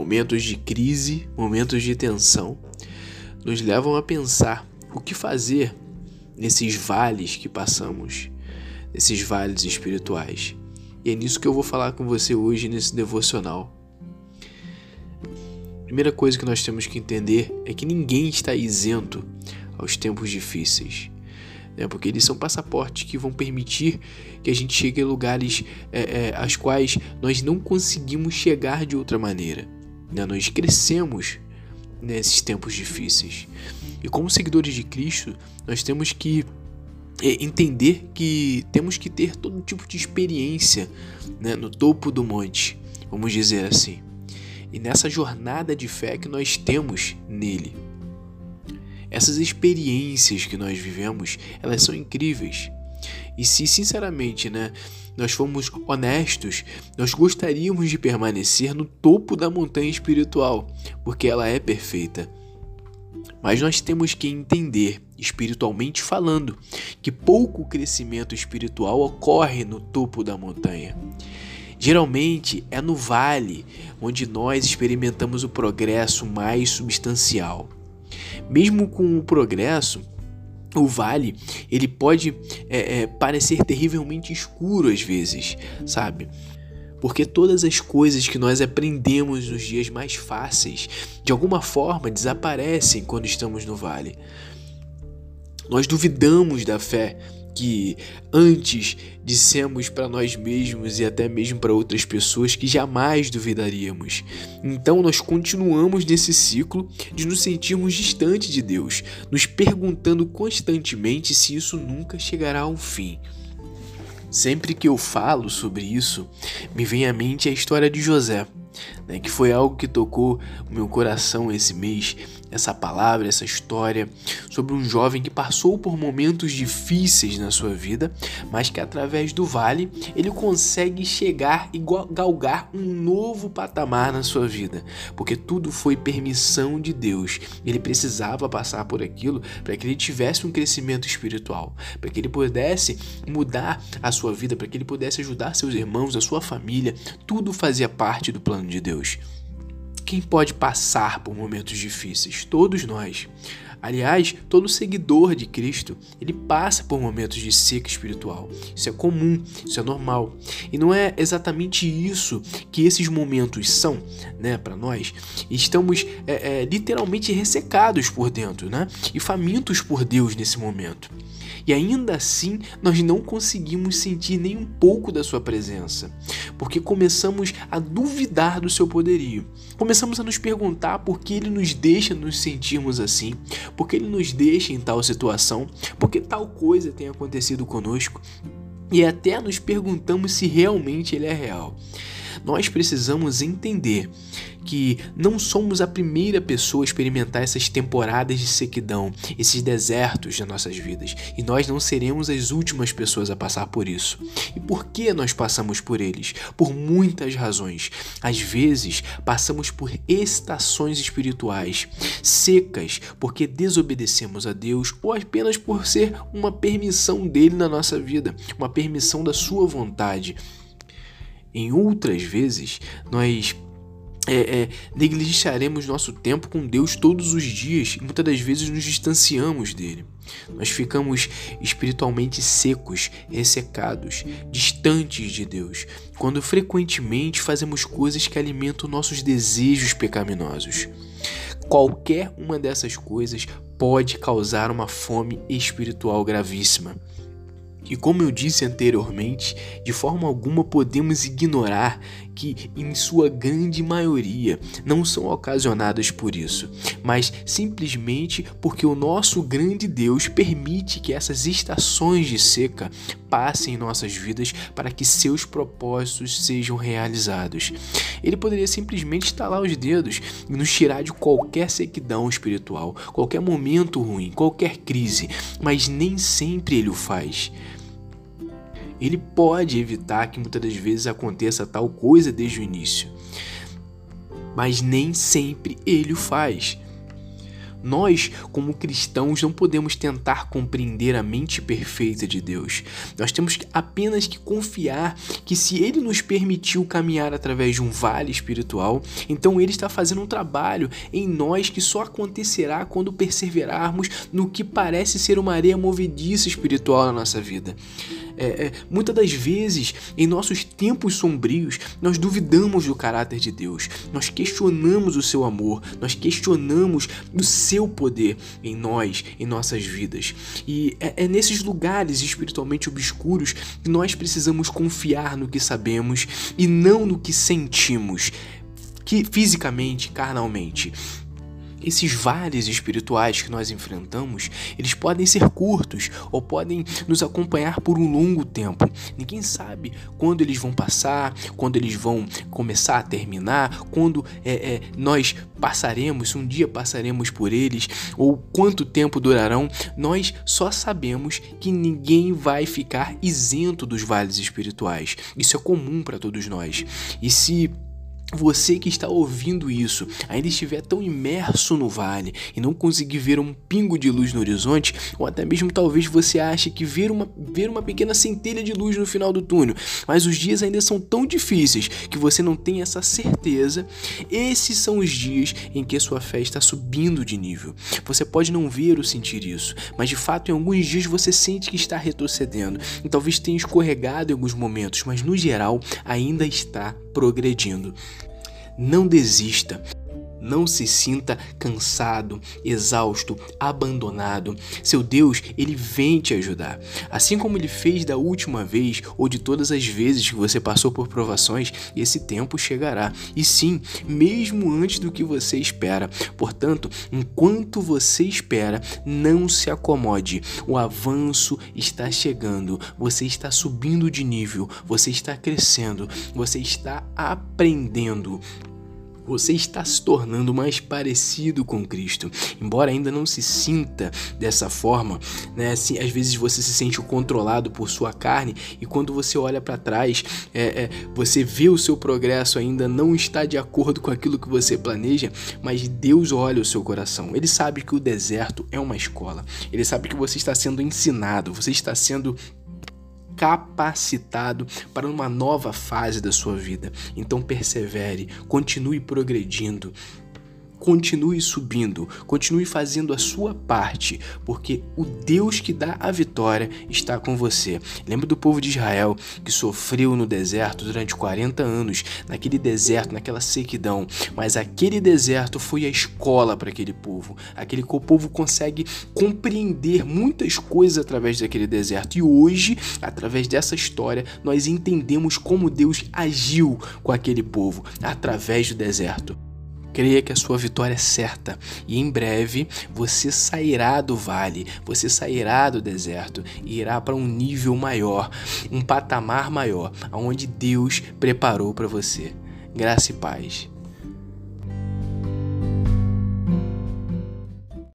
momentos de crise, momentos de tensão, nos levam a pensar o que fazer nesses vales que passamos, nesses vales espirituais. E é nisso que eu vou falar com você hoje nesse devocional. A primeira coisa que nós temos que entender é que ninguém está isento aos tempos difíceis, né? Porque eles são passaportes que vão permitir que a gente chegue a lugares aos quais nós não conseguimos chegar de outra maneira, né? Nós crescemos nesses tempos difíceis. E como seguidores de Cristo, nós temos que entender que temos que ter todo tipo de experiência, né, no topo do monte, vamos dizer assim. E nessa jornada de fé que nós temos nele, essas experiências que nós vivemos, elas são incríveis. E se sinceramente, né, nós formos honestos, nós gostaríamos de permanecer no topo da montanha espiritual, porque ela é perfeita. Mas nós temos que entender, espiritualmente falando, que pouco crescimento espiritual ocorre no topo da montanha. Geralmente é no vale onde nós experimentamos o progresso mais substancial. Mesmo com o progresso, o vale ele pode parecer terrivelmente escuro às vezes, sabe? Porque todas as coisas que nós aprendemos nos dias mais fáceis, de alguma forma desaparecem quando estamos no vale. Nós duvidamos da fé que antes dissemos para nós mesmos e até mesmo para outras pessoas que jamais duvidaríamos. Então nós continuamos nesse ciclo de nos sentirmos distantes de Deus, nos perguntando constantemente se isso nunca chegará ao fim. Sempre que eu falo sobre isso, me vem à mente a história de José, né, que foi algo que tocou o meu coração esse mês, essa palavra, essa história sobre um jovem que passou por momentos difíceis na sua vida, mas que através do vale ele consegue chegar e galgar um novo patamar na sua vida, porque tudo foi permissão de Deus. Ele precisava passar por aquilo para que ele tivesse um crescimento espiritual, para que ele pudesse mudar a sua vida, para que ele pudesse ajudar seus irmãos, a sua família. Tudo fazia parte do plano de Deus. Quem pode passar por momentos difíceis? Todos nós. Aliás, todo seguidor de Cristo, ele passa por momentos de seca espiritual. Isso é comum, isso é normal. E não é exatamente isso que esses momentos são, né, para nós. Estamos literalmente ressecados por dentro, né, e famintos por Deus nesse momento. E ainda assim, nós não conseguimos sentir nem um pouco da sua presença, porque começamos a duvidar do seu poderio. Começamos a nos perguntar por que ele nos deixa nos sentirmos assim, por que ele nos deixa em tal situação, por que tal coisa tem acontecido conosco, e até nos perguntamos se realmente ele é real. Nós precisamos entender que não somos a primeira pessoa a experimentar essas temporadas de sequidão, esses desertos das nossas vidas, e nós não seremos as últimas pessoas a passar por isso. E por que nós passamos por eles? Por muitas razões. Às vezes, passamos por estações espirituais secas porque desobedecemos a Deus ou apenas por ser uma permissão dele na nossa vida, uma permissão da sua vontade. Em outras vezes, nós negligenciaremos nosso tempo com Deus todos os dias e muitas das vezes nos distanciamos dele. Nós ficamos espiritualmente secos, ressecados, distantes de Deus, quando frequentemente fazemos coisas que alimentam nossos desejos pecaminosos. Qualquer uma dessas coisas pode causar uma fome espiritual gravíssima. E como eu disse anteriormente, de forma alguma podemos ignorar que, em sua grande maioria, não são ocasionadas por isso, mas simplesmente porque o nosso grande Deus permite que essas estações de seca passem em nossas vidas para que seus propósitos sejam realizados. Ele poderia simplesmente estalar os dedos e nos tirar de qualquer sequidão espiritual, qualquer momento ruim, qualquer crise, mas nem sempre ele o faz. Ele pode evitar que muitas das vezes aconteça tal coisa desde o início, mas nem sempre ele o faz. Nós, como cristãos, não podemos tentar compreender a mente perfeita de Deus. Nós temos apenas que confiar que se Ele nos permitiu caminhar através de um vale espiritual, então Ele está fazendo um trabalho em nós que só acontecerá quando perseverarmos no que parece ser uma areia movediça espiritual na nossa vida. Muitas das vezes, em nossos tempos sombrios, nós duvidamos do caráter de Deus, nós questionamos o seu amor, nós questionamos o seu poder em nós, em nossas vidas. E é nesses lugares espiritualmente obscuros que nós precisamos confiar no que sabemos e não no que sentimos, fisicamente, carnalmente. Esses vales espirituais que nós enfrentamos, eles podem ser curtos ou podem nos acompanhar por um longo tempo. Ninguém sabe quando eles vão passar, quando eles vão começar a terminar, quando nós passaremos, um dia passaremos por eles, ou quanto tempo durarão. Nós só sabemos que ninguém vai ficar isento dos vales espirituais. Isso é comum para todos nós. E se você que está ouvindo isso ainda estiver tão imerso no vale e não conseguir ver um pingo de luz no horizonte, ou até mesmo talvez você ache que ver uma pequena centelha de luz no final do túnel, mas os dias ainda são tão difíceis que você não tem essa certeza, esses são os dias em que a sua fé está subindo de nível. Você pode não ver ou sentir isso, mas de fato em alguns dias você sente que está retrocedendo e talvez tenha escorregado em alguns momentos, mas no geral ainda está progredindo. Não desista, não se sinta cansado, exausto, abandonado. Seu Deus, Ele vem te ajudar. Assim como Ele fez da última vez ou de todas as vezes que você passou por provações, esse tempo chegará. E sim, mesmo antes do que você espera. Portanto, enquanto você espera, não se acomode. O avanço está chegando. Você está subindo de nível. Você está crescendo. Você está aprendendo. Você está se tornando mais parecido com Cristo. Embora ainda não se sinta dessa forma, né? Assim, às vezes você se sente controlado por sua carne e quando você olha para trás, você vê o seu progresso ainda não está de acordo com aquilo que você planeja, mas Deus olha o seu coração. Ele sabe que o deserto é uma escola. Ele sabe que você está sendo ensinado, você está sendo capacitado para uma nova fase da sua vida. Então persevere, continue progredindo, continue subindo, continue fazendo a sua parte, porque o Deus que dá a vitória está com você. Lembra do povo de Israel que sofreu no deserto durante 40 anos, naquele deserto, naquela sequidão, mas aquele deserto foi a escola para aquele povo. O povo consegue compreender muitas coisas através daquele deserto e hoje, através dessa história, nós entendemos como Deus agiu com aquele povo através do deserto. Creia que a sua vitória é certa e em breve você sairá do vale, você sairá do deserto e irá para um nível maior, um patamar maior, onde Deus preparou para você. Graça e paz.